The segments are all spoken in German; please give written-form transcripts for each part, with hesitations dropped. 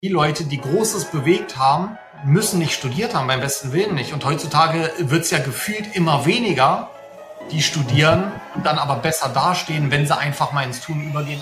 Die Leute, die Großes bewegt haben, müssen nicht studiert haben, beim besten Willen nicht. Und heutzutage wird es ja gefühlt immer weniger, die studieren und dann aber besser dastehen, wenn sie einfach mal ins Tun übergehen.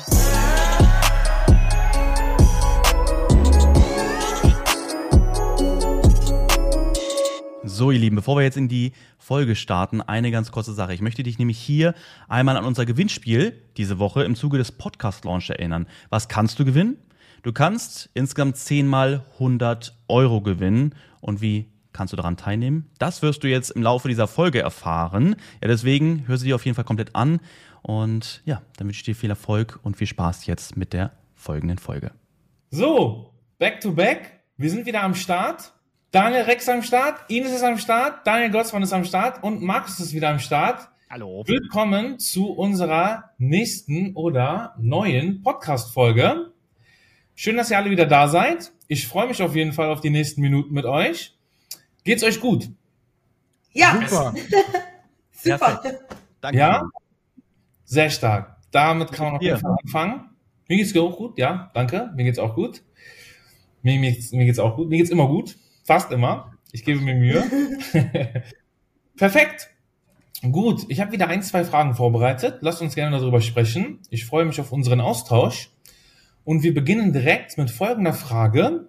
So, ihr Lieben, bevor wir jetzt in die Folge starten, eine ganz kurze Sache. Ich möchte dich nämlich hier einmal an unser Gewinnspiel diese Woche im Zuge des Podcast-Launch erinnern. Was kannst du gewinnen? Du kannst insgesamt 10 mal 100 € gewinnen. Und wie kannst du daran teilnehmen? Das wirst du jetzt im Laufe dieser Folge erfahren. Ja, deswegen hör sie dir auf jeden Fall komplett an. Und ja, dann wünsche ich dir viel Erfolg und viel Spaß jetzt mit der folgenden Folge. So, back to back. Wir sind wieder am Start. Daniel Rex am Start, Ines ist am Start, Daniel Gottsmann ist am Start und Markus ist wieder am Start. Hallo. Willkommen zu unserer nächsten oder neuen Podcast-Folge. Schön, dass ihr alle wieder da seid. Ich freue mich auf jeden Fall auf die nächsten Minuten mit euch. Geht's euch gut? Ja. Super. Super. Danke. Ja? Sehr stark. Damit kann man auf jeden Fall anfangen. Mir geht's auch gut, ja, danke. Mir geht's auch gut. Mir geht's auch gut. Mir geht's immer gut. Fast immer. Ich gebe mir Mühe. Perfekt. Gut, ich habe wieder 1, 2 Fragen vorbereitet. Lasst uns gerne darüber sprechen. Ich freue mich auf unseren Austausch. Und wir beginnen direkt mit folgender Frage.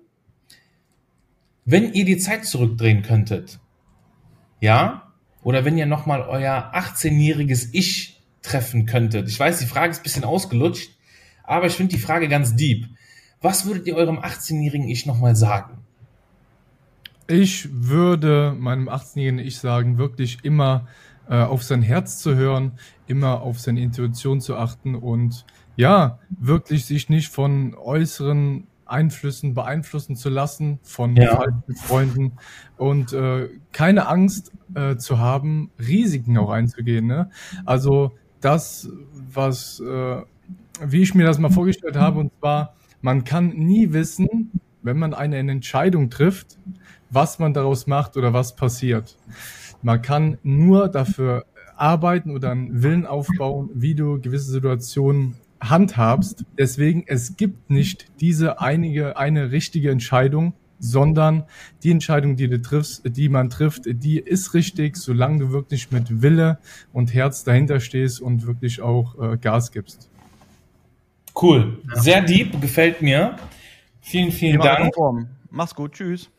Wenn ihr die Zeit zurückdrehen könntet, ja, oder wenn ihr nochmal euer 18-jähriges Ich treffen könntet. Ich weiß, die Frage ist ein bisschen ausgelutscht, aber ich finde die Frage ganz deep. Was würdet ihr eurem 18-jährigen Ich nochmal sagen? Ich würde meinem 18-jährigen Ich sagen, wirklich immer auf sein Herz zu hören, immer auf seine Intuition zu achten und ja, wirklich sich nicht von äußeren Einflüssen beeinflussen zu lassen, von falschen Freunden und keine Angst zu haben, Risiken auch einzugehen. Ne? Also das, wie ich mir das mal vorgestellt habe, und zwar, man kann nie wissen, wenn man eine Entscheidung trifft, was man daraus macht oder was passiert. Man kann nur dafür arbeiten oder einen Willen aufbauen, wie du gewisse Situationen handhabst. Deswegen, es gibt nicht eine richtige Entscheidung, sondern die Entscheidung, die man trifft, die ist richtig, solange du wirklich mit Wille und Herz dahinter stehst und wirklich auch Gas gibst. Cool. Sehr deep, gefällt mir. Vielen, vielen Dank. Mach's gut, tschüss.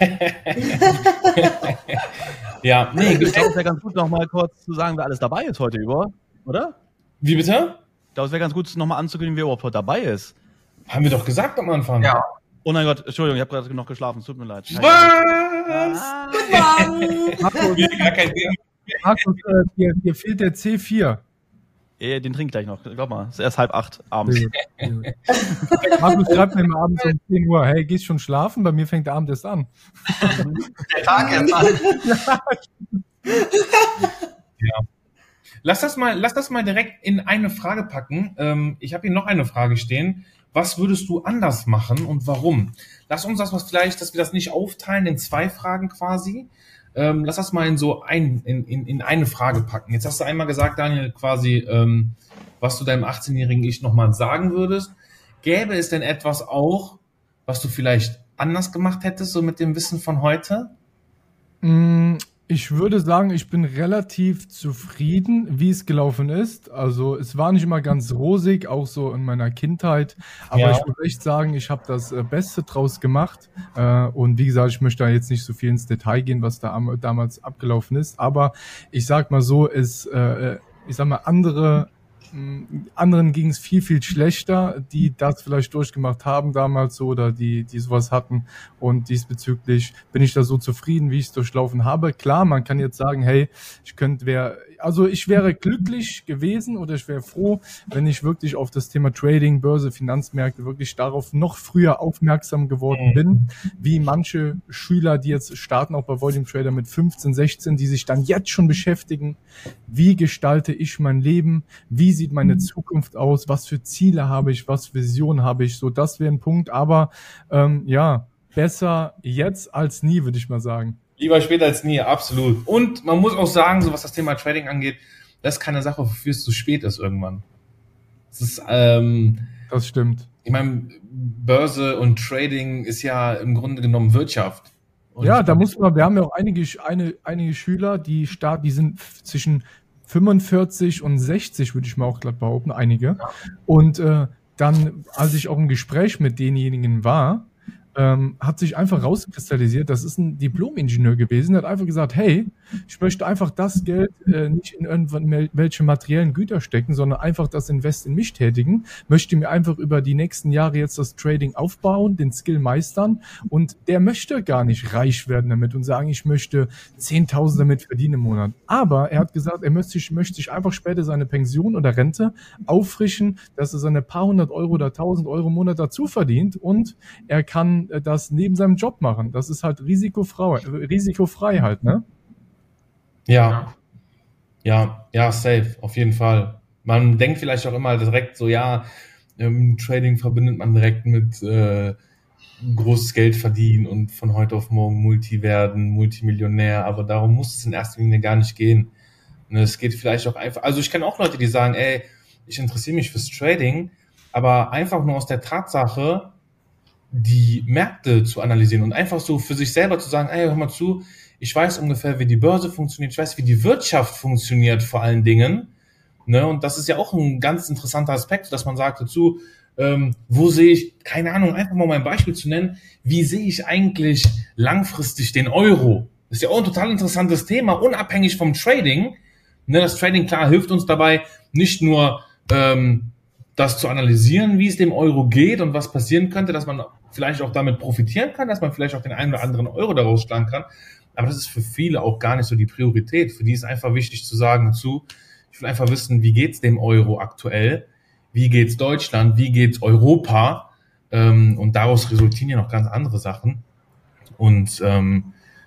Ja, nee, ich glaube, es wäre ganz gut, noch mal kurz zu sagen, wer alles dabei ist heute über, oder? Wie bitte? Ich glaube, es wäre ganz gut, noch mal anzukündigen, wer überhaupt heute dabei ist. Haben wir doch gesagt am Anfang. Ja. Oh mein Gott, Entschuldigung, ich habe gerade noch geschlafen, es tut mir leid. Was? Markus, dir fehlt der C4. Den trinke ich gleich noch, glaub mal, es ist erst 7:30 abends. Markus schreibt mir immer abends um 10 Uhr, hey, gehst schon schlafen? Bei mir fängt der Abend erst an. Der Tag erst an. Ja. Lass das mal direkt in eine Frage packen. Ich habe hier noch eine Frage stehen. Was würdest du anders machen und warum? Lass uns dass wir das nicht aufteilen in 2 Fragen quasi. Lass das mal in eine Frage packen. Jetzt hast du einmal gesagt, Daniel, quasi, was du deinem 18-jährigen Ich nochmal sagen würdest. Gäbe es denn etwas auch, was du vielleicht anders gemacht hättest, so mit dem Wissen von heute? Ich würde sagen, ich bin relativ zufrieden, wie es gelaufen ist. Also es war nicht immer ganz rosig, auch so in meiner Kindheit. Aber ich würde echt sagen, ich habe das Beste draus gemacht. Und wie gesagt, ich möchte da jetzt nicht so viel ins Detail gehen, was da damals abgelaufen ist. Aber ich sag mal so, anderen ging es viel, viel schlechter, die das vielleicht durchgemacht haben damals so oder die sowas hatten. Und diesbezüglich bin ich da so zufrieden, wie ich es durchlaufen habe. Klar, man kann jetzt sagen, hey, ich wäre glücklich gewesen oder ich wäre froh, wenn ich wirklich auf das Thema Trading, Börse, Finanzmärkte wirklich darauf noch früher aufmerksam geworden bin, wie manche Schüler, die jetzt starten, auch bei Volume Trader mit 15, 16, die sich dann jetzt schon beschäftigen, wie gestalte ich mein Leben, wie sieht meine Zukunft aus, was für Ziele habe ich, was für Visionen habe ich, so das wäre ein Punkt, aber besser jetzt als nie, würde ich mal sagen. Lieber später als nie, absolut. Und man muss auch sagen, so was das Thema Trading angeht, das ist keine Sache, wofür es zu spät ist irgendwann. Es ist, Das stimmt. Ich meine, Börse und Trading ist ja im Grunde genommen Wirtschaft. Und Ja, da muss man, wir haben ja auch einige Schüler, die sind zwischen 45 und 60, würde ich mal auch glatt behaupten, einige. Und dann, als ich auch im Gespräch mit denjenigen war, hat sich einfach rauskristallisiert, das ist ein Diplom-Ingenieur gewesen, der hat einfach gesagt, hey, ich möchte einfach das Geld nicht in irgendwelche materiellen Güter stecken, sondern einfach das Invest in mich tätigen, möchte mir einfach über die nächsten Jahre jetzt das Trading aufbauen, den Skill meistern und der möchte gar nicht reich werden damit und sagen, ich möchte 10.000 damit verdienen im Monat. Aber er hat gesagt, er möchte sich einfach später seine Pension oder Rente auffrischen, dass er seine paar hundert Euro oder 1.000 Euro im Monat dazu verdient und er kann das neben seinem Job machen. Das ist halt risikofrei halt, ne? Ja, safe, auf jeden Fall. Man denkt vielleicht auch immer direkt so, Trading verbindet man direkt mit großes Geld verdienen und von heute auf morgen Multi werden, Multimillionär, aber darum muss es in erster Linie gar nicht gehen. Und es geht vielleicht auch einfach, also ich kenne auch Leute, die sagen, ey, ich interessiere mich fürs Trading, aber einfach nur aus der Tatsache, die Märkte zu analysieren und einfach so für sich selber zu sagen, ey, hör mal zu, ich weiß ungefähr, wie die Börse funktioniert, ich weiß, wie die Wirtschaft funktioniert vor allen Dingen, ne, und das ist ja auch ein ganz interessanter Aspekt, dass man sagt dazu, wo sehe ich, keine Ahnung, einfach mal mein Beispiel zu nennen, wie sehe ich eigentlich langfristig den Euro? Das ist ja auch ein total interessantes Thema, unabhängig vom Trading, ne, das Trading, klar, hilft uns dabei, nicht nur, das zu analysieren, wie es dem Euro geht und was passieren könnte, dass man vielleicht auch damit profitieren kann, dass man vielleicht auch den einen oder anderen Euro daraus schlagen kann. Aber das ist für viele auch gar nicht so die Priorität. Für die ist einfach wichtig zu sagen dazu, ich will einfach wissen, wie geht's dem Euro aktuell? Wie geht's Deutschland? Wie geht's Europa? Und daraus resultieren ja noch ganz andere Sachen. Und safe,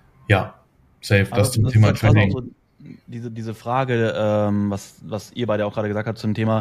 das zum Thema Trading. So diese Frage, was ihr beide auch gerade gesagt habt zum Thema,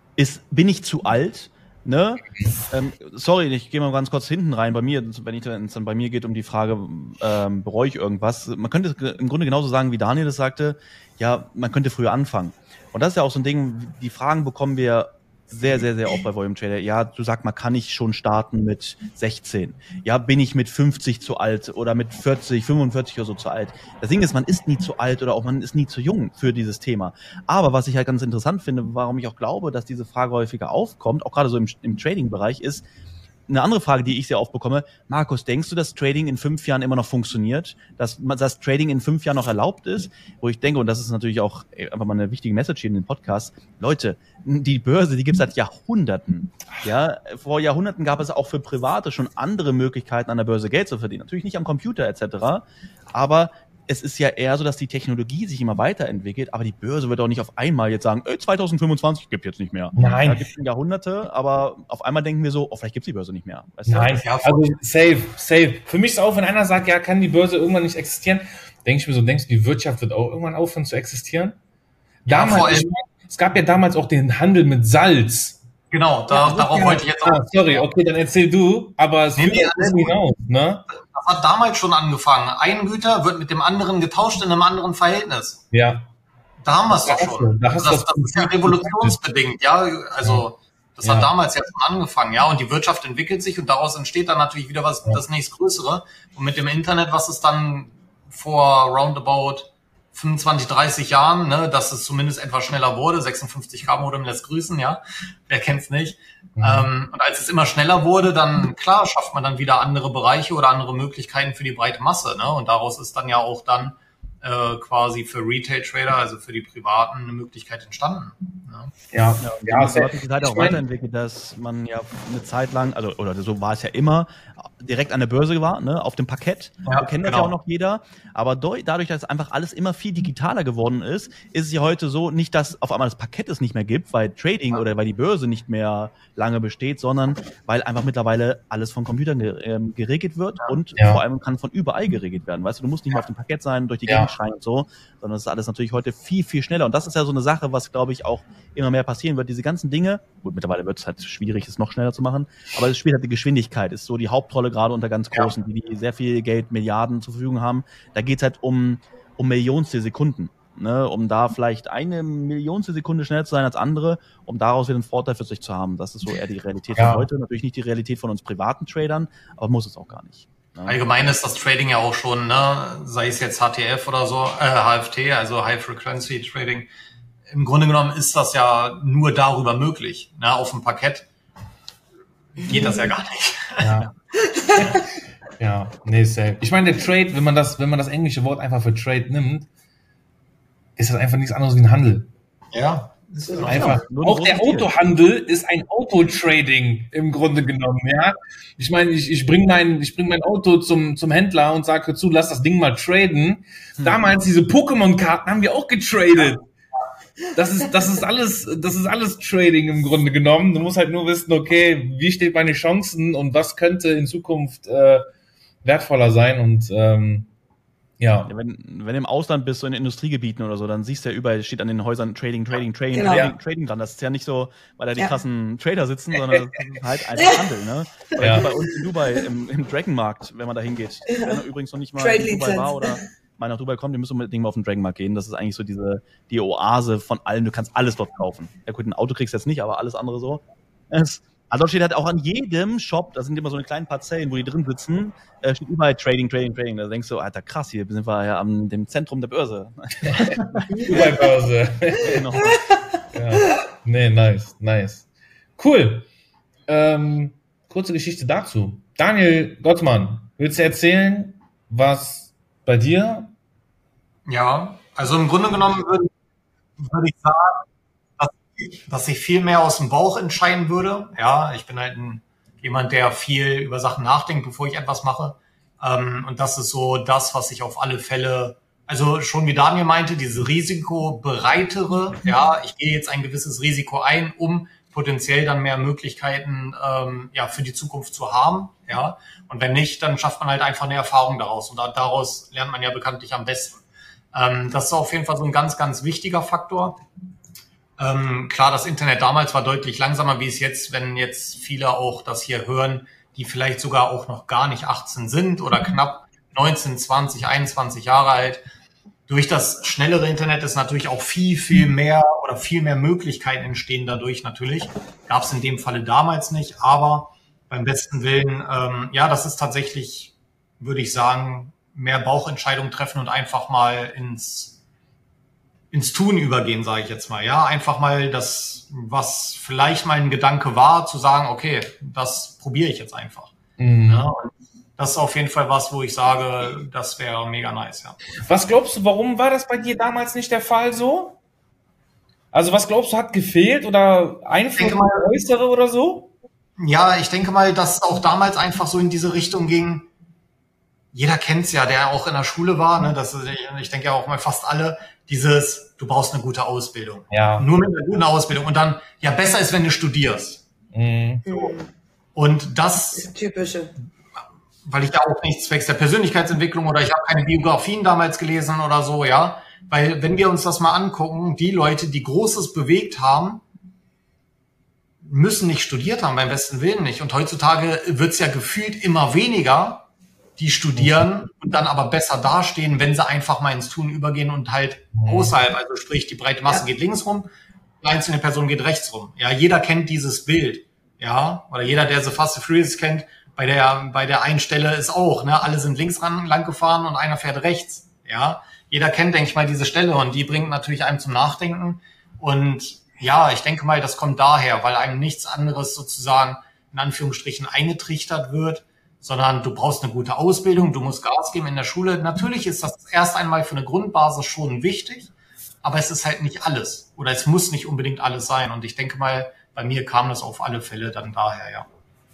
bin ich zu alt? Ne? Sorry, ich gehe mal ganz kurz hinten rein bei mir, wenn es dann bei mir geht um die Frage, bereue ich irgendwas? Man könnte im Grunde genauso sagen, wie Daniel das sagte, ja, man könnte früher anfangen. Und das ist ja auch so ein Ding, die Fragen bekommen wir sehr, sehr, sehr oft bei Volume Trader. Ja, du sag mal, kann ich schon starten mit 16? Ja, bin ich mit 50 zu alt oder mit 40, 45 oder so zu alt? Das Ding ist, man ist nie zu alt oder auch man ist nie zu jung für dieses Thema. Aber was ich halt ganz interessant finde, warum ich auch glaube, dass diese Frage häufiger aufkommt, auch gerade so im Trading-Bereich, ist eine andere Frage, die ich sehr oft bekomme. Markus, denkst du, dass Trading in 5 Jahren immer noch funktioniert? Dass das Trading in 5 Jahren noch erlaubt ist? Wo ich denke, und das ist natürlich auch einfach mal eine wichtige Message hier in den Podcast, Leute, die Börse, die gibt es seit Jahrhunderten. Ja, vor Jahrhunderten gab es auch für Private schon andere Möglichkeiten, an der Börse Geld zu verdienen. Natürlich nicht am Computer etc., aber es ist ja eher so, dass die Technologie sich immer weiterentwickelt, aber die Börse wird auch nicht auf einmal jetzt sagen, 2025 gibt jetzt nicht mehr. Nein. Da gibt es Jahrhunderte, aber auf einmal denken wir so, vielleicht gibt es die Börse nicht mehr. Weißt du? Nein, also safe. Für mich ist auch, wenn einer sagt, ja, kann die Börse irgendwann nicht existieren, denke ich mir so, denkst du, die Wirtschaft wird auch irgendwann aufhören zu existieren? Damals, es gab ja damals auch den Handel mit Salz. Genau, darauf wollte ich jetzt auch. Sorry, okay, dann erzähl du, aber es führt hinaus, ne? Das hat damals schon angefangen. Ein Güter wird mit dem anderen getauscht in einem anderen Verhältnis. Ja. Da haben wir es doch schon. Das ist ja revolutionsbedingt, ja. Also das hat damals ja schon angefangen, ja. Und die Wirtschaft entwickelt sich und daraus entsteht dann natürlich wieder das nächstgrößere. Und mit dem Internet, was es dann vor roundabout 25, 30 Jahren, ne, dass es zumindest etwas schneller wurde. 56K Modem lässt grüßen, ja. Wer kennt's nicht? Und als es immer schneller wurde, dann, klar, schafft man dann wieder andere Bereiche oder andere Möglichkeiten für die breite Masse, ne? Und daraus ist dann ja auch dann quasi für Retail-Trader, also für die Privaten, eine Möglichkeit entstanden. Ne? Ja, es hat sich halt auch weiterentwickelt, dass man ja eine Zeit lang, also oder so war es ja immer, direkt an der Börse war, ne, auf dem Parkett. Ja, kennt das ja auch noch jeder. Aber dadurch, dass einfach alles immer viel digitaler geworden ist es ja heute so, nicht, dass auf einmal das Parkett es nicht mehr gibt, weil Trading oder weil die Börse nicht mehr lange besteht, sondern weil einfach mittlerweile alles von Computern geregelt wird und vor allem kann von überall geregelt werden. Weißt du, du musst nicht mehr auf dem Parkett sein, durch die Gegend schreien und so, sondern es ist alles natürlich heute viel, viel schneller. Und das ist ja so eine Sache, was, glaube ich, auch immer mehr passieren wird. Diese ganzen Dinge, gut, mittlerweile wird es halt schwierig, es noch schneller zu machen, aber es spielt halt die Geschwindigkeit, ist so die Hauptrolle gerade unter ganz Großen, die sehr viel Geld, Milliarden zur Verfügung haben. Da geht es halt um Millionstel Sekunden. ne, um da vielleicht eine Millionstel Sekunde schneller zu sein als andere, um daraus wieder einen Vorteil für sich zu haben. Das ist so eher die Realität von heute. Natürlich nicht die Realität von uns privaten Tradern, aber muss es auch gar nicht. Ne? Allgemein ist das Trading ja auch schon, ne, sei es jetzt HTF oder so, HFT, also High Frequency Trading. Im Grunde genommen ist das ja nur darüber möglich. Ne? Auf dem Parkett geht das ja gar nicht. Ja. Ja, nee, safe. Ich meine, der Trade, wenn man das englische Wort einfach für Trade nimmt, ist das einfach nichts anderes wie ein Handel. Ja. Einfach. Auch der Autohandel ist ein Autotrading im Grunde genommen, ja. Ich meine, ich bring mein Auto zum Händler und sage zu, lass das Ding mal traden. Damals diese Pokémon-Karten haben wir auch getradet. Das ist alles Trading im Grunde genommen. Du musst halt nur wissen, okay, wie steht meine Chancen und was könnte in Zukunft wertvoller sein und ja. Wenn du im Ausland bist, so in Industriegebieten oder so, dann siehst du ja überall, steht an den Häusern Trading Genau. Trading dran. Das ist ja nicht so, weil da die krassen Trader sitzen, sondern das ist halt einfach Handel, ne? Oder hier bei uns in Dubai im Dragonmarkt, wenn man da hingeht. Wenn man übrigens noch nicht mal in Dubai war oder mal nach Dubai kommt, die müssen unbedingt mal auf den Dragonmarkt gehen. Das ist eigentlich so die Oase von allem. Du kannst alles dort kaufen. Ja gut, ein Auto kriegst du jetzt nicht, aber alles andere so. Also steht halt auch an jedem Shop, da sind immer so eine kleinen Parzellen, wo die drin sitzen, steht überall Trading. Da denkst du, Alter, krass, hier sind wir ja am dem Zentrum der Börse. Dubai-Börse. Genau. Ja. Nee, nice. Cool. Kurze Geschichte dazu. Daniel Gottmann, willst du erzählen, was bei dir? Ja, also im Grunde genommen würde ich sagen, dass ich viel mehr aus dem Bauch entscheiden würde. Ja, ich bin halt jemand, der viel über Sachen nachdenkt, bevor ich etwas mache. Und das ist so das, was ich auf alle Fälle, also schon wie Daniel meinte, diese risikobereitere, ja, ich gehe jetzt ein gewisses Risiko ein, um potenziell dann mehr Möglichkeiten für die Zukunft zu haben. Ja, und wenn nicht, dann schafft man halt einfach eine Erfahrung daraus. Und daraus lernt man ja bekanntlich am besten. Das ist auf jeden Fall so ein ganz, ganz wichtiger Faktor. Klar, das Internet damals war deutlich langsamer, wie es jetzt, wenn jetzt viele auch das hier hören, die vielleicht sogar auch noch gar nicht 18 sind oder knapp 19, 20, 21 Jahre alt. Durch das schnellere Internet ist natürlich auch viel, viel mehr Möglichkeiten entstehen dadurch natürlich. Gab es in dem Falle damals nicht, aber beim besten Willen, das ist tatsächlich, würde ich sagen, mehr Bauchentscheidungen treffen und einfach mal ins Tun übergehen, sage ich jetzt mal. Ja, einfach mal das, was vielleicht mal ein Gedanke war, zu sagen, okay, das probiere ich jetzt einfach. Mhm. Ja, und das ist auf jeden Fall was, wo ich sage, das wäre mega nice, ja. Was glaubst du, warum war das bei dir damals nicht der Fall so? Also was glaubst du, hat gefehlt oder Einfluss äußere oder so? Ja, ich denke mal, dass es auch damals einfach so in diese Richtung ging. Jeder kennt's ja, der auch in der Schule war, ne? Ich denke ja auch mal fast alle, du brauchst eine gute Ausbildung. Ja. Nur mit einer guten Ausbildung. Und dann, ja, besser ist, wenn du studierst. Mhm. So. Und das Typische. Weil ich da auch nichts zwecks der Persönlichkeitsentwicklung oder ich habe keine Biografien damals gelesen oder so, ja. Weil wenn wir uns das mal angucken, die Leute, die Großes bewegt haben, müssen nicht studiert haben, beim besten Willen nicht. Und heutzutage wird's ja gefühlt immer weniger, die studieren und dann aber besser dastehen, wenn sie einfach mal ins Tun übergehen und halt außerhalb, also sprich, die breite Masse geht links rum, die einzelne Person geht rechts rum. Ja, jeder kennt dieses Bild, ja, oder jeder, der The Fast and Furious kennt, bei der einen Stelle ist auch, ne, alle sind links lang gefahren und einer fährt rechts, ja. Jeder kennt, denke ich mal, diese Stelle und die bringt natürlich einem zum Nachdenken und ja, ich denke mal, das kommt daher, weil einem nichts anderes sozusagen in Anführungsstrichen eingetrichtert wird, sondern du brauchst eine gute Ausbildung, du musst Gas geben in der Schule. Natürlich ist das erst einmal für eine Grundbasis schon wichtig, aber es ist halt nicht alles oder es muss nicht unbedingt alles sein. Und ich denke mal, bei mir kam das auf alle Fälle dann daher,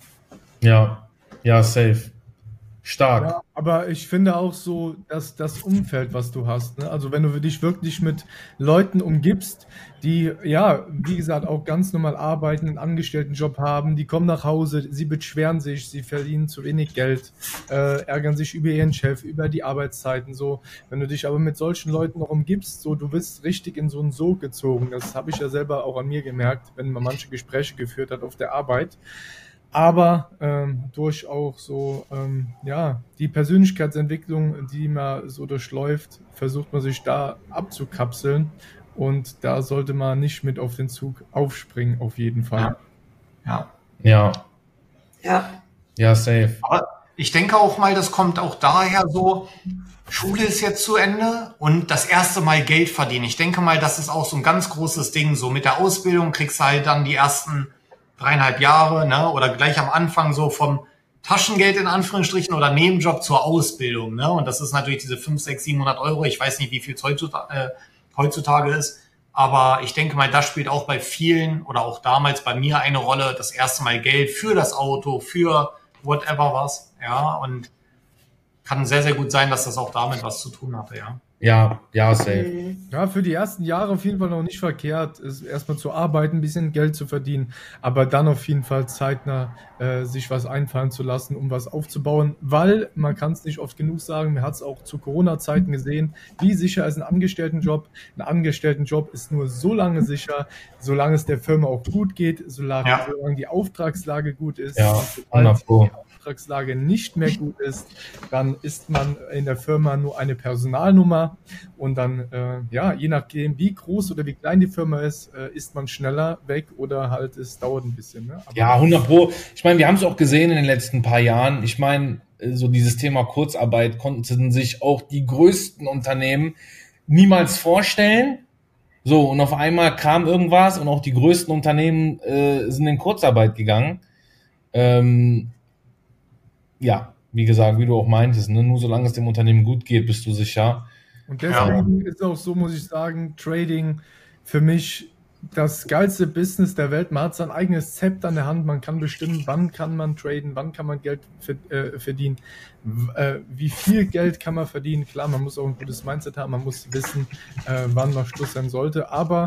ja. Ja, safe. Stark. Ja, aber ich finde auch so, dass das Umfeld, was du hast, ne? Also wenn du dich wirklich mit Leuten umgibst, die, ja, wie gesagt, auch ganz normal arbeiten, einen Angestelltenjob haben, die kommen nach Hause, sie beschweren sich, sie verdienen zu wenig Geld, ärgern sich über ihren Chef, über die Arbeitszeiten, so. Wenn du dich aber mit solchen Leuten noch umgibst, so, du wirst richtig in so einen Sog gezogen. Das habe ich ja selber auch an mir gemerkt, wenn man manche Gespräche geführt hat auf der Arbeit. Aber durch auch so die Persönlichkeitsentwicklung, die man so durchläuft, versucht man sich da abzukapseln und da sollte man nicht mit auf den Zug aufspringen, auf jeden Fall. Ja, safe. Aber ich denke auch mal, das kommt auch daher so, Schule ist jetzt zu Ende und das erste Mal Geld verdienen. Ich denke mal, das ist auch so ein ganz großes Ding. So mit der Ausbildung kriegst du halt dann die ersten 3,5 Jahre, ne, oder gleich am Anfang so vom Taschengeld in Anführungsstrichen oder Nebenjob zur Ausbildung, ne, und das ist natürlich diese 500, 600, 700 Euro. Ich weiß nicht, wie viel es heutzutage ist, aber ich denke mal, das spielt auch bei vielen oder auch damals bei mir eine Rolle, das erste Mal Geld für das Auto, für whatever was, ja, und kann sehr, sehr gut sein, dass das auch damit was zu tun hatte, ja. Ja, safe. Ja, für die ersten Jahre auf jeden Fall noch nicht verkehrt, ist erstmal zu arbeiten, ein bisschen Geld zu verdienen, aber dann auf jeden Fall zeitnah sich was einfallen zu lassen, um was aufzubauen, weil man kann es nicht oft genug sagen, man hat es auch zu Corona-Zeiten gesehen, wie sicher ist ein Angestelltenjob. Ein Angestelltenjob ist nur so lange sicher, solange es der Firma auch gut geht, solange die Auftragslage gut ist. Ja, und sobald die Auftragslage nicht mehr gut ist, dann ist man in der Firma nur eine Personalnummer und dann, je nachdem, wie groß oder wie klein die Firma ist man schneller weg oder halt, es dauert ein bisschen. Ne? Aber ja, 100%. Ich meine, wir haben es auch gesehen in den letzten paar Jahren. Ich meine, so dieses Thema Kurzarbeit konnten sich auch die größten Unternehmen niemals vorstellen. So, und auf einmal kam irgendwas und auch die größten Unternehmen sind in Kurzarbeit gegangen. Ja, wie gesagt, wie du auch meintest, ne? Nur solange es dem Unternehmen gut geht, bist du sicher. Und deswegen ist auch so, muss ich sagen, Trading für mich das geilste Business der Welt. Man hat sein eigenes Zepter in der Hand, man kann bestimmen, wann kann man traden, wann kann man Geld verdienen, wie viel Geld kann man verdienen. Klar, man muss auch ein gutes Mindset haben, man muss wissen, wann mal Schluss sein sollte. Aber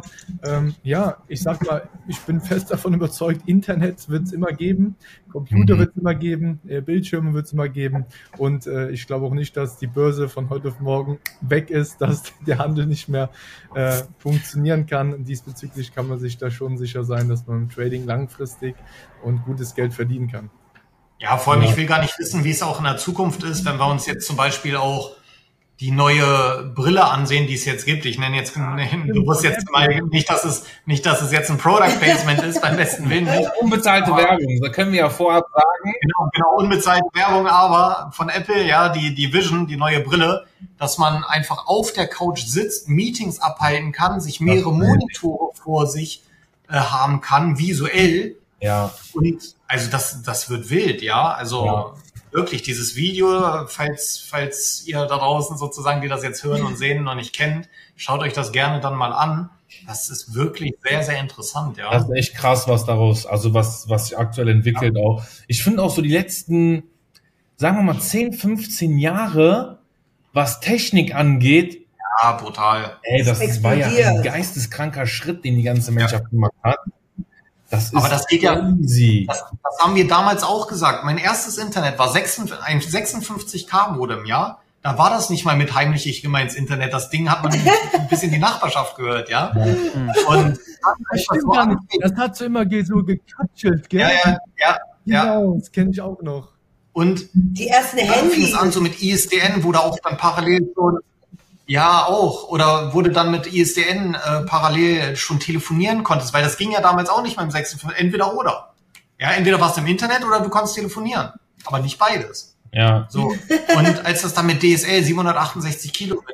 ich sag mal, ich bin fest davon überzeugt, Internet wird es immer geben, Computer wird es immer geben, Bildschirme wird es immer geben. Und ich glaube auch nicht, dass die Börse von heute auf morgen weg ist, dass der Handel nicht mehr funktionieren kann. Diesbezüglich kann man sich da schon sicher sein, dass man im Trading langfristig und gutes Geld verdienen kann. Ja, vor allem, ich will gar nicht wissen, wie es auch in der Zukunft ist, wenn wir uns jetzt zum Beispiel auch die neue Brille ansehen, die es jetzt gibt. Ich nenne jetzt bewusst jetzt mal nicht, dass es jetzt ein Product Placement ist, beim besten Willen nicht. Unbezahlte Werbung, da können wir ja vorab sagen. Genau, unbezahlte Werbung, aber von Apple, ja, die Vision, die neue Brille, dass man einfach auf der Couch sitzt, Meetings abhalten kann, sich mehrere Monitore vor sich haben kann, visuell. Ja. Und also das wird wild, ja. Also wirklich dieses Video, falls ihr da draußen sozusagen, die das jetzt hören und sehen, noch nicht kennt, schaut euch das gerne dann mal an. Das ist wirklich sehr, sehr interessant, ja. Das ist echt krass, was sich aktuell entwickelt auch. Ich finde auch so die letzten, sagen wir mal, 10, 15 Jahre, was Technik angeht. Ja, brutal. Ey, das war ja ein geisteskranker Schritt, den die ganze Menschheit gemacht hat. Aber das geht ja, easy. Das haben wir damals auch gesagt. Mein erstes Internet war ein 56K-Modem, ja. Da war das nicht mal mit heimlich, ich gehe mal ins Internet. Das Ding hat man ein bisschen die Nachbarschaft gehört, ja. Und das stimmt gar nicht. Das hat so immer so gekatschelt, gell? Ja. Genau, das kenne ich auch noch. Und die ersten dann fing es an so mit ISDN, wo da auch dann parallel schon, ja auch, oder wurde dann mit ISDN parallel schon telefonieren konntest, weil das ging ja damals auch nicht beim 56, entweder oder. Ja, entweder warst du im Internet oder du konntest telefonieren, aber nicht beides. Ja. So. Und als das dann mit DSL 768 Kilobit,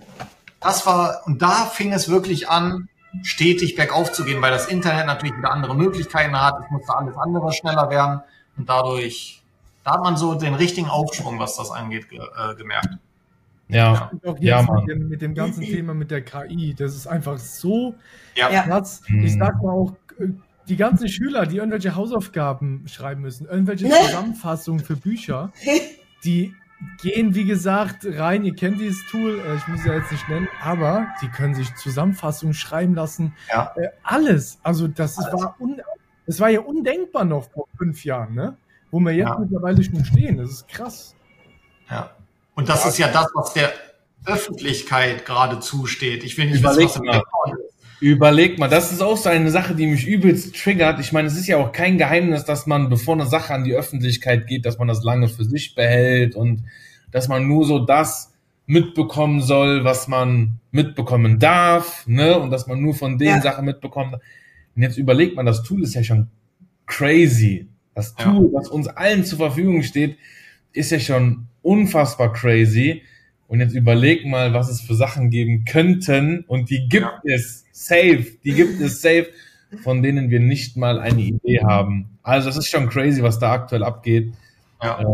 und da fing es wirklich an, stetig bergauf zu gehen, weil das Internet natürlich wieder andere Möglichkeiten hat. Es musste alles andere schneller werden und da hat man so den richtigen Aufschwung, was das angeht, gemerkt. Ja, auch jetzt mit dem ganzen Thema mit der KI, das ist einfach so krass. Ich sag mal auch, die ganzen Schüler, die irgendwelche Hausaufgaben schreiben müssen, irgendwelche Zusammenfassungen für Bücher, die gehen, wie gesagt, rein. Ihr kennt dieses Tool, ich muss es ja jetzt nicht nennen, aber die können sich Zusammenfassungen schreiben lassen. Ja. Alles. Also das war ja undenkbar noch vor 5 Jahren, ne? Wo wir jetzt mittlerweile schon stehen. Das ist krass. Ja. Und das ist ja das, was der Öffentlichkeit gerade zusteht. Ich will nicht wissen, was im Background ist. Überleg mal, das ist auch so eine Sache, die mich übelst triggert. Ich meine, es ist ja auch kein Geheimnis, dass man, bevor eine Sache an die Öffentlichkeit geht, dass man das lange für sich behält und dass man nur so das mitbekommen soll, was man mitbekommen darf, ne? Und dass man nur von den Sachen mitbekommt. Und jetzt überlegt man, das Tool ist ja schon crazy. Das Tool, was uns allen zur Verfügung steht, ist ja schon unfassbar crazy. Und jetzt überleg mal, was es für Sachen geben könnten. Und die gibt es safe, von denen wir nicht mal eine Idee haben. Also es ist schon crazy, was da aktuell abgeht. Ja.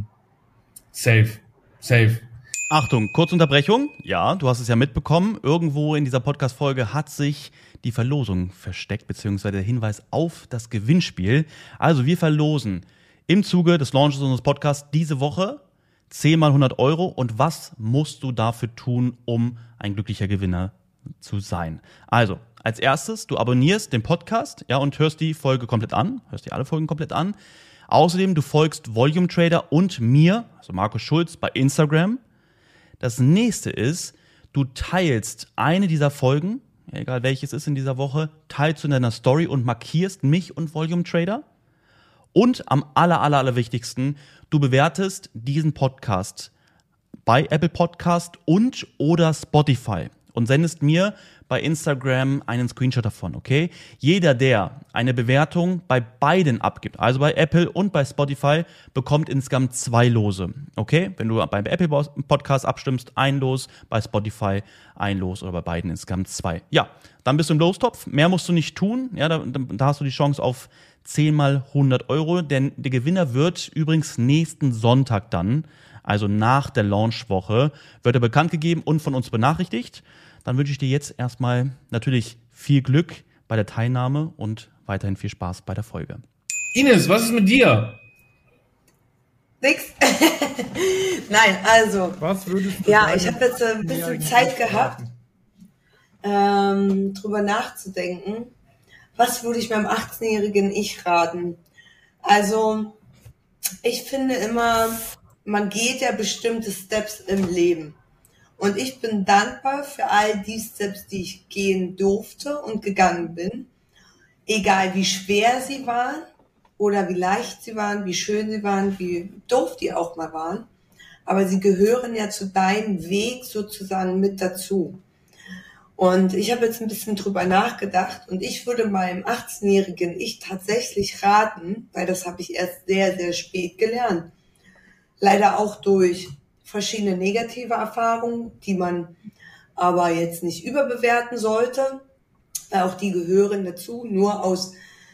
Safe. Achtung, Kurzunterbrechung. Ja, du hast es ja mitbekommen. Irgendwo in dieser Podcast-Folge hat sich die Verlosung versteckt, beziehungsweise der Hinweis auf das Gewinnspiel. Also wir verlosen im Zuge des Launches unseres Podcasts diese Woche 10 mal 100 Euro. Und was musst du dafür tun, um ein glücklicher Gewinner zu sein? Also, als erstes, du abonnierst den Podcast, ja, und hörst die Folge komplett an, hörst dir alle Folgen komplett an. Außerdem, du folgst Volume Trader und mir, also Markus Schulz, bei Instagram. Das nächste ist, du teilst eine dieser Folgen, egal welches ist in dieser Woche, teilst du in deiner Story und markierst mich und Volume Trader. Und am allerwichtigsten, du bewertest diesen Podcast bei Apple Podcast und oder Spotify und sendest mir bei Instagram einen Screenshot davon, okay? Jeder, der eine Bewertung bei beiden abgibt, also bei Apple und bei Spotify, bekommt insgesamt 2 Lose, okay? Wenn du beim Apple Podcast abstimmst, ein Los, bei Spotify ein Los oder bei beiden insgesamt 2. Ja, dann bist du im Lostopf, mehr musst du nicht tun, ja, da hast du die Chance auf 10 mal 100 Euro, denn der Gewinner wird übrigens nächsten Sonntag dann, also nach der Launchwoche, wird er bekannt gegeben und von uns benachrichtigt. Dann wünsche ich dir jetzt erstmal natürlich viel Glück bei der Teilnahme und weiterhin viel Spaß bei der Folge. Ines, was ist mit dir? Nix. Nein, also. Was würdest du Ja, sagen, ich habe jetzt ein bisschen Zeit gehabt, drüber nachzudenken. Was würde ich meinem 18-jährigen Ich raten? Also, ich finde immer, man geht ja bestimmte Steps im Leben. Und ich bin dankbar für all die Steps, die ich gehen durfte und gegangen bin. Egal wie schwer sie waren oder wie leicht sie waren, wie schön sie waren, wie doof die auch mal waren. Aber sie gehören ja zu deinem Weg sozusagen mit dazu. Und ich habe jetzt ein bisschen drüber nachgedacht und ich würde meinem 18-jährigen Ich tatsächlich raten, weil das habe ich erst sehr spät gelernt. Leider auch durch verschiedene negative Erfahrungen, die man aber jetzt nicht überbewerten sollte, weil auch die gehören dazu. Nur aus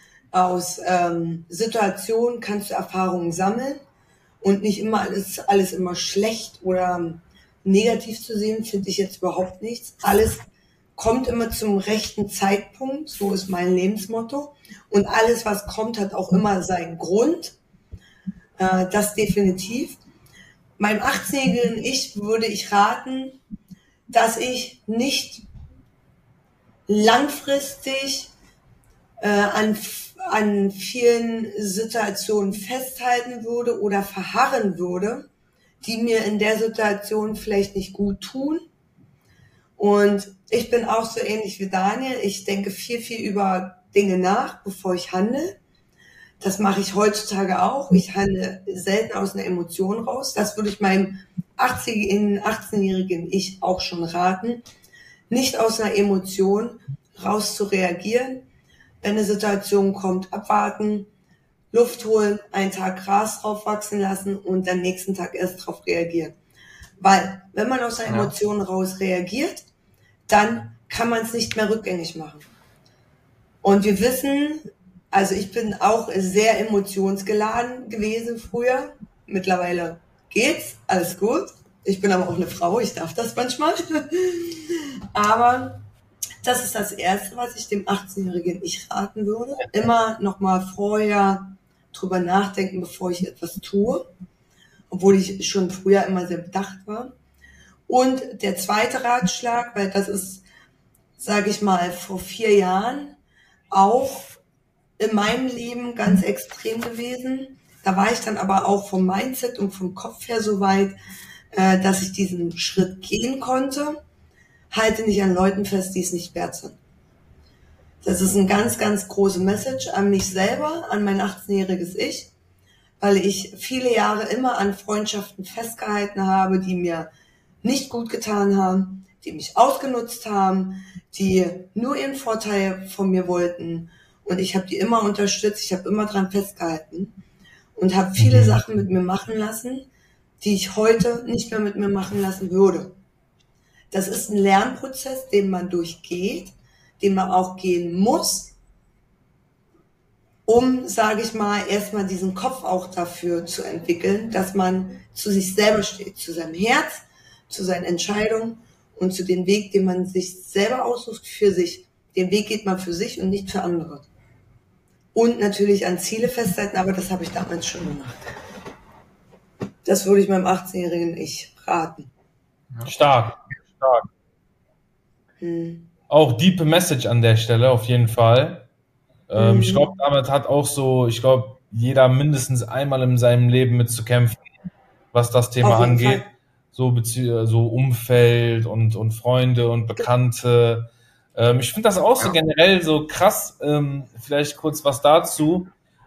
Situationen kannst du Erfahrungen sammeln und nicht immer alles immer schlecht oder negativ zu sehen, finde ich jetzt überhaupt nichts. Alles kommt immer zum rechten Zeitpunkt, so ist mein Lebensmotto. Und alles, was kommt, hat auch immer seinen Grund. Das definitiv. Meinem 18-jährigen Ich würde ich raten, dass ich nicht langfristig an vielen Situationen festhalten würde oder verharren würde, die mir in der Situation vielleicht nicht gut tun. Und ich bin auch so ähnlich wie Daniel. Ich denke viel über Dinge nach, bevor ich handle. Das mache ich heutzutage auch. Ich handle selten aus einer Emotion raus. Das würde ich meinem 18-jährigen Ich auch schon raten, nicht aus einer Emotion raus zu reagieren. Wenn eine Situation kommt, abwarten, Luft holen, einen Tag Gras drauf wachsen lassen und dann nächsten Tag erst drauf reagieren. Weil, wenn man aus einer Emotion raus reagiert, dann kann man es nicht mehr rückgängig machen. Und wir wissen, also ich bin auch sehr emotionsgeladen gewesen früher. Mittlerweile geht's, alles gut. Ich bin aber auch eine Frau, ich darf das manchmal. Aber das ist das Erste, was ich dem 18-jährigen Ich raten würde. Immer nochmal vorher drüber nachdenken, bevor ich etwas tue. Obwohl ich schon früher immer sehr bedacht war. Und der zweite Ratschlag, weil das ist, sage ich mal, vor 4 Jahren auch in meinem Leben ganz extrem gewesen. Da war ich dann aber auch vom Mindset und vom Kopf her so weit, dass ich diesen Schritt gehen konnte. Halte nicht an Leuten fest, die es nicht wert sind. Das ist ein ganz, ganz große Message an mich selber, an mein 18-jähriges Ich, weil ich viele Jahre immer an Freundschaften festgehalten habe, die mir nicht gut getan haben, die mich ausgenutzt haben, die nur ihren Vorteil von mir wollten. Und ich habe die immer unterstützt, ich habe immer dran festgehalten und habe viele Sachen mit mir machen lassen, die ich heute nicht mehr mit mir machen lassen würde. Das ist ein Lernprozess, den man durchgeht, den man auch gehen muss, um, sage ich mal, erstmal diesen Kopf auch dafür zu entwickeln, dass man zu sich selber steht, zu seinem Herz, zu seinen Entscheidungen und zu dem Weg, den man sich selber aussucht für sich. Den Weg geht man für sich und nicht für andere. Und natürlich an Ziele festhalten, aber das habe ich damals schon gemacht. Das würde ich meinem 18-jährigen Ich raten. Stark. Auch deep Message an der Stelle, auf jeden Fall. Ich glaube, damit hat auch jeder mindestens einmal in seinem Leben mit zu kämpfen, was das Thema angeht. So Umfeld und Freunde und Bekannte. Ich finde das auch so generell so krass. Vielleicht kurz was dazu.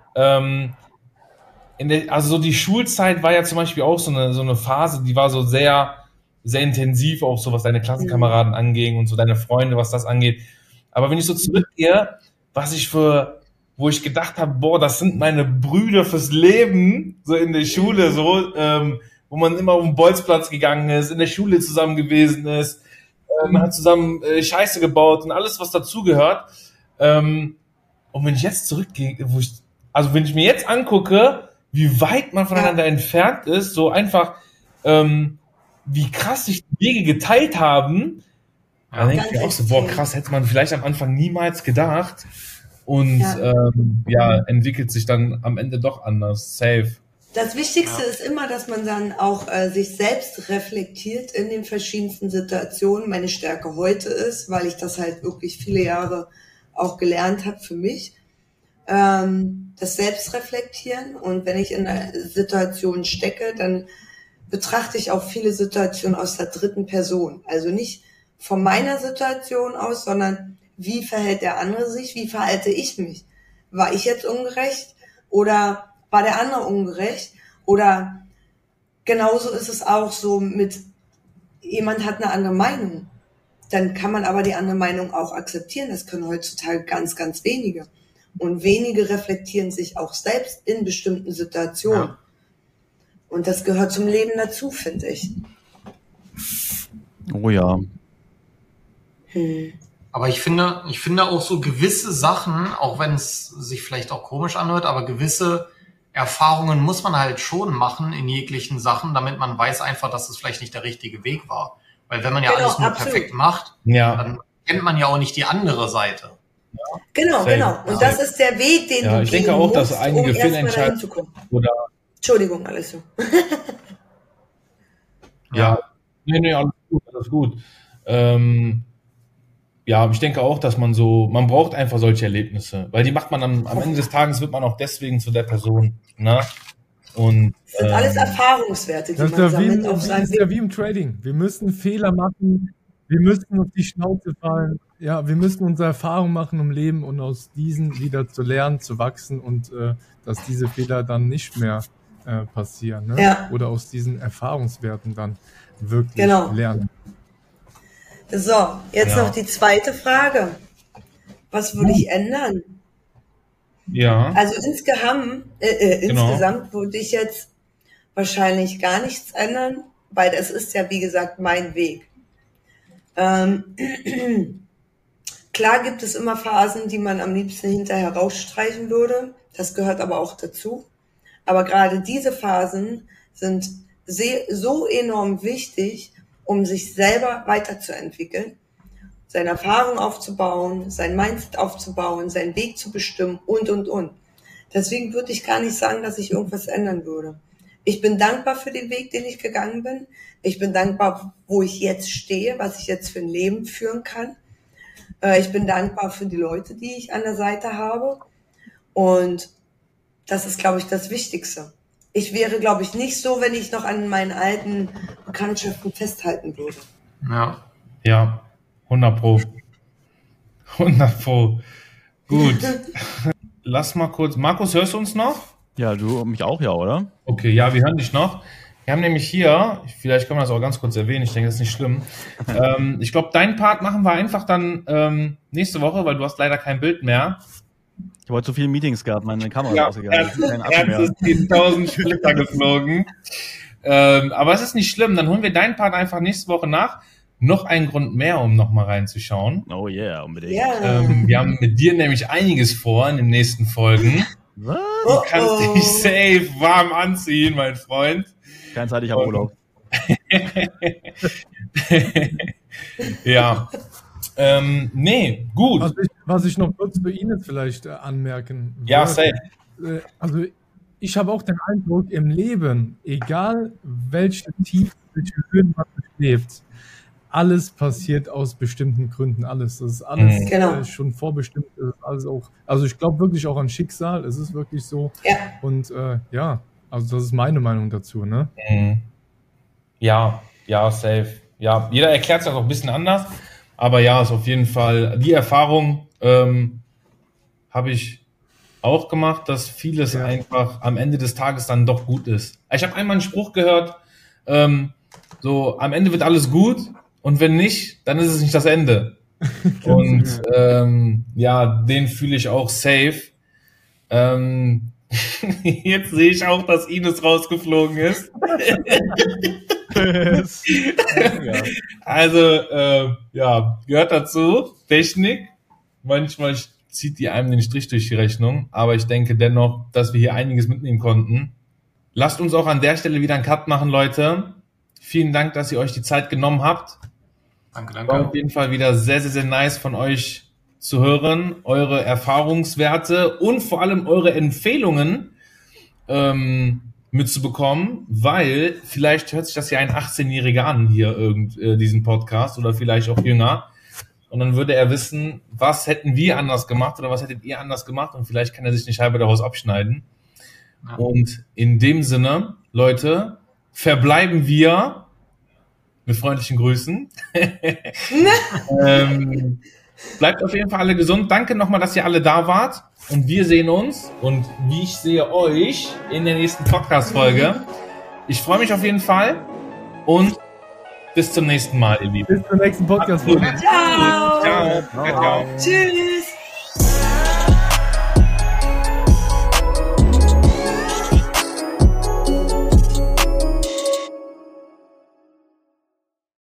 Also die Schulzeit war ja zum Beispiel auch so eine Phase, die war so sehr, sehr intensiv, auch so was deine Klassenkameraden anging und so deine Freunde, was das angeht. Aber wenn ich so zurückgehe, wo ich gedacht habe, boah, das sind meine Brüder fürs Leben, so in der Schule, so, wo man immer auf den Bolzplatz gegangen ist, in der Schule zusammen gewesen ist, man hat zusammen Scheiße gebaut und alles, was dazugehört. Und wenn ich jetzt zurückgehe, wenn ich mir jetzt angucke, wie weit man voneinander entfernt ist, so einfach, wie krass sich die Wege geteilt haben, dann denke ich mir auch so, boah, krass, hätte man vielleicht am Anfang niemals gedacht. Und entwickelt sich dann am Ende doch anders. Safe. Das Wichtigste ist immer, dass man dann auch sich selbst reflektiert in den verschiedensten Situationen. Meine Stärke heute ist, weil ich das halt wirklich viele Jahre auch gelernt habe für mich, das Selbstreflektieren. Und wenn ich in einer Situation stecke, dann betrachte ich auch viele Situationen aus der dritten Person. Also nicht von meiner Situation aus, sondern wie verhält der andere sich, wie verhalte ich mich? War ich jetzt ungerecht oder war der andere ungerecht? Oder genauso ist es auch so mit, jemand hat eine andere Meinung. Dann kann man aber die andere Meinung auch akzeptieren. Das können heutzutage ganz, ganz wenige. Und wenige reflektieren sich auch selbst in bestimmten Situationen. Ja. Und das gehört zum Leben dazu, finde ich. Oh ja. Aber ich finde auch so gewisse Sachen, auch wenn es sich vielleicht auch komisch anhört, aber gewisse Erfahrungen muss man halt schon machen in jeglichen Sachen, damit man weiß einfach, dass es vielleicht nicht der richtige Weg war. Weil wenn man ja alles nur perfekt macht, dann kennt man ja auch nicht die andere Seite. Ja? Genau. Und das ist der Weg, den du ich denke auch, dass einige Fehlentscheidungen oder Entschuldigung, Alessio. Nee, alles gut. Ich denke auch, dass man braucht einfach solche Erlebnisse, weil die macht man am Ende des Tages, wird man auch deswegen zu der Person, ne? Und das sind alles Erfahrungswerte, die man sammelt auf seinem Weg. Das ist ja wie im Trading. Wir müssen Fehler machen, wir müssen auf die Schnauze fallen, wir müssen unsere Erfahrung machen im Leben und aus diesen wieder zu lernen, zu wachsen und dass diese Fehler dann nicht mehr passieren, ne? Ja. Oder aus diesen Erfahrungswerten dann wirklich lernen. So, jetzt noch die zweite Frage. Was würde ich ändern? Ja. Also insgesamt würde ich jetzt wahrscheinlich gar nichts ändern, weil das ist ja, wie gesagt, mein Weg. Klar gibt es immer Phasen, die man am liebsten hinterher rausstreichen würde. Das gehört aber auch dazu. Aber gerade diese Phasen sind so enorm wichtig, um sich selber weiterzuentwickeln, seine Erfahrung aufzubauen, sein Mindset aufzubauen, seinen Weg zu bestimmen und. Deswegen würde ich gar nicht sagen, dass ich irgendwas ändern würde. Ich bin dankbar für den Weg, den ich gegangen bin. Ich bin dankbar, wo ich jetzt stehe, was ich jetzt für ein Leben führen kann. Ich bin dankbar für die Leute, die ich an der Seite habe. Und das ist, glaube ich, das Wichtigste. Ich wäre, glaube ich, nicht so, wenn ich noch an meinen alten Bekanntschaften festhalten würde. Ja. Ja, 100 Pro. Gut. Lass mal kurz. Markus, hörst du uns noch? Ja, du mich auch, ja, oder? Okay, ja, wir hören dich noch. Wir haben nämlich hier, vielleicht kann man das auch ganz kurz erwähnen, ich denke, das ist nicht schlimm. Ich glaube, deinen Part machen wir einfach dann nächste Woche, weil du hast leider kein Bild mehr. Ich habe heute so viele Meetings gehabt, meine Kamera ist ausgegangen. Herz ist 10.000 Splitter geflogen. Aber es ist nicht schlimm, dann holen wir deinen Part einfach nächste Woche nach. Noch ein Grund mehr, um nochmal reinzuschauen. Oh yeah, unbedingt. Ja. Wir haben mit dir nämlich einiges vor in den nächsten Folgen. Was? Du kannst dich safe warm anziehen, mein Freund. Keine Zeit, ich habe Urlaub. Ja. Nee, gut. Was ich noch kurz für Ines vielleicht anmerken würde. Ja, safe. Also ich habe auch den Eindruck, im Leben, egal welche Tiefen, welche Höhen man durchlebt, alles passiert aus bestimmten Gründen. Alles. Das ist alles Genau. schon vorbestimmt. Das ist alles auch, also ich glaube wirklich auch an Schicksal. Es ist wirklich so. Ja. Und ja, also das ist meine Meinung dazu. Ne? Ja, safe. Ja, jeder erklärt es auch ein bisschen anders. Aber ja, ist auf jeden Fall die Erfahrung habe ich auch gemacht, dass vieles einfach am Ende des Tages dann doch gut ist. Ich habe einmal einen Spruch gehört, so am Ende wird alles gut und wenn nicht, dann ist es nicht das Ende. Und ja, den fühle ich auch safe. Jetzt sehe ich auch, dass Ines rausgeflogen ist. Also, ja, gehört dazu. Technik. Manchmal zieht die einem den Strich durch die Rechnung. Aber ich denke dennoch, dass wir hier einiges mitnehmen konnten. Lasst uns auch an der Stelle wieder einen Cut machen, Leute. Vielen Dank, dass ihr euch die Zeit genommen habt. Danke, War danke. auf jeden Fall wieder sehr, sehr, sehr nice von euch zu hören. Eure Erfahrungswerte und vor allem eure Empfehlungen mitzubekommen, weil vielleicht hört sich das ja ein 18-Jähriger an hier diesen Podcast oder vielleicht auch jünger und dann würde er wissen, was hätten wir anders gemacht oder was hättet ihr anders gemacht und vielleicht kann er sich eine Scheibe daraus abschneiden. Ja. Und in dem Sinne, Leute, verbleiben wir mit freundlichen Grüßen. Bleibt auf jeden Fall alle gesund. Danke nochmal, dass ihr alle da wart. Und wir sehen uns und wie ich sehe euch in der nächsten Podcast-Folge. Ich freue mich auf jeden Fall und bis zum nächsten Mal, ihr Lieben. Bis zur nächsten Podcast-Folge. Ciao. Ciao. Ciao. Tschüss.